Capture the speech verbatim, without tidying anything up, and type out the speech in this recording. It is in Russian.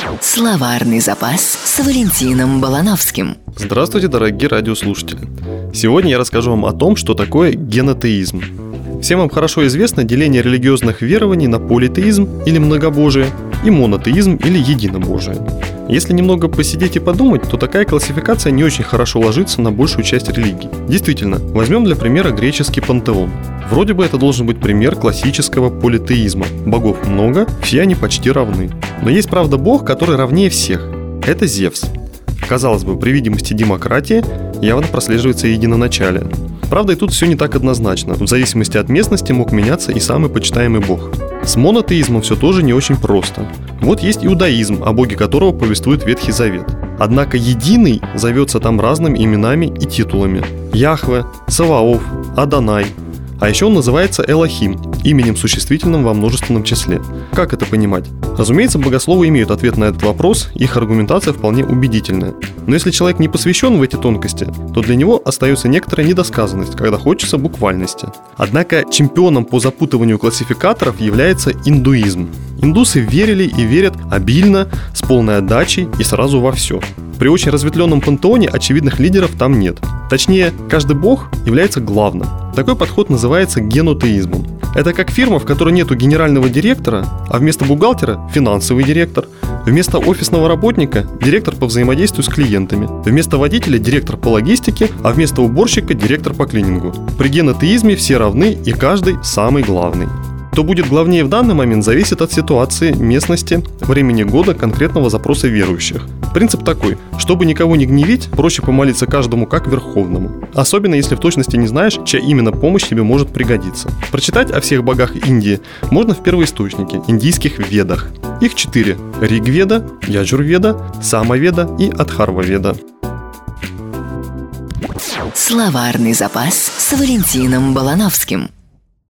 Словарный запас с Валентином Балановским. Здравствуйте, дорогие радиослушатели! Сегодня я расскажу вам о том, что такое генотеизм. Всем вам хорошо известно деление религиозных верований на политеизм или многобожие и монотеизм или единобожие. Если немного посидеть и подумать, то такая классификация не очень хорошо ложится на большую часть религий. Действительно, возьмем для примера греческий пантеон. Вроде бы это должен быть пример классического политеизма. Богов много, все они почти равны. Но есть, правда, бог, который равнее всех. Это Зевс. Казалось бы, при видимости демократии явно прослеживается единоначалие. Правда, и тут все не так однозначно. В зависимости от местности мог меняться и самый почитаемый бог. С монотеизмом все тоже не очень просто. Вот есть иудаизм, о боге которого повествует Ветхий Завет. Однако единый зовется там разными именами и титулами. Яхве, Саваоф, Адонай. А еще он называется Элохим, именем существительным во множественном числе. Как это понимать? Разумеется, богословы имеют ответ на этот вопрос, их аргументация вполне убедительная. Но если человек не посвящен в эти тонкости, то для него остается некоторая недосказанность, когда хочется буквальности. Однако чемпионом по запутыванию классификаторов является индуизм. Индусы верили и верят обильно, с полной отдачей и сразу во все. При очень разветвленном пантеоне очевидных лидеров там нет. Точнее, каждый бог является главным. Такой подход называется генотеизмом. Это как фирма, в которой нету генерального директора, а вместо бухгалтера – финансовый директор, вместо офисного работника – директор по взаимодействию с клиентами, вместо водителя – директор по логистике, а вместо уборщика – директор по клинингу. При генотеизме все равны и каждый самый главный. Кто будет главнее в данный момент, зависит от ситуации, местности, времени года, конкретного запроса верующих. Принцип такой: чтобы никого не гневить, проще помолиться каждому как верховному. Особенно если в точности не знаешь, чья именно помощь тебе может пригодиться. Прочитать о всех богах Индии можно в первоисточнике, индийских ведах. Их четыре: Ригведа, Яджурведа, Самаведа и Адхарваведа. Словарный запас с Валентином Балановским.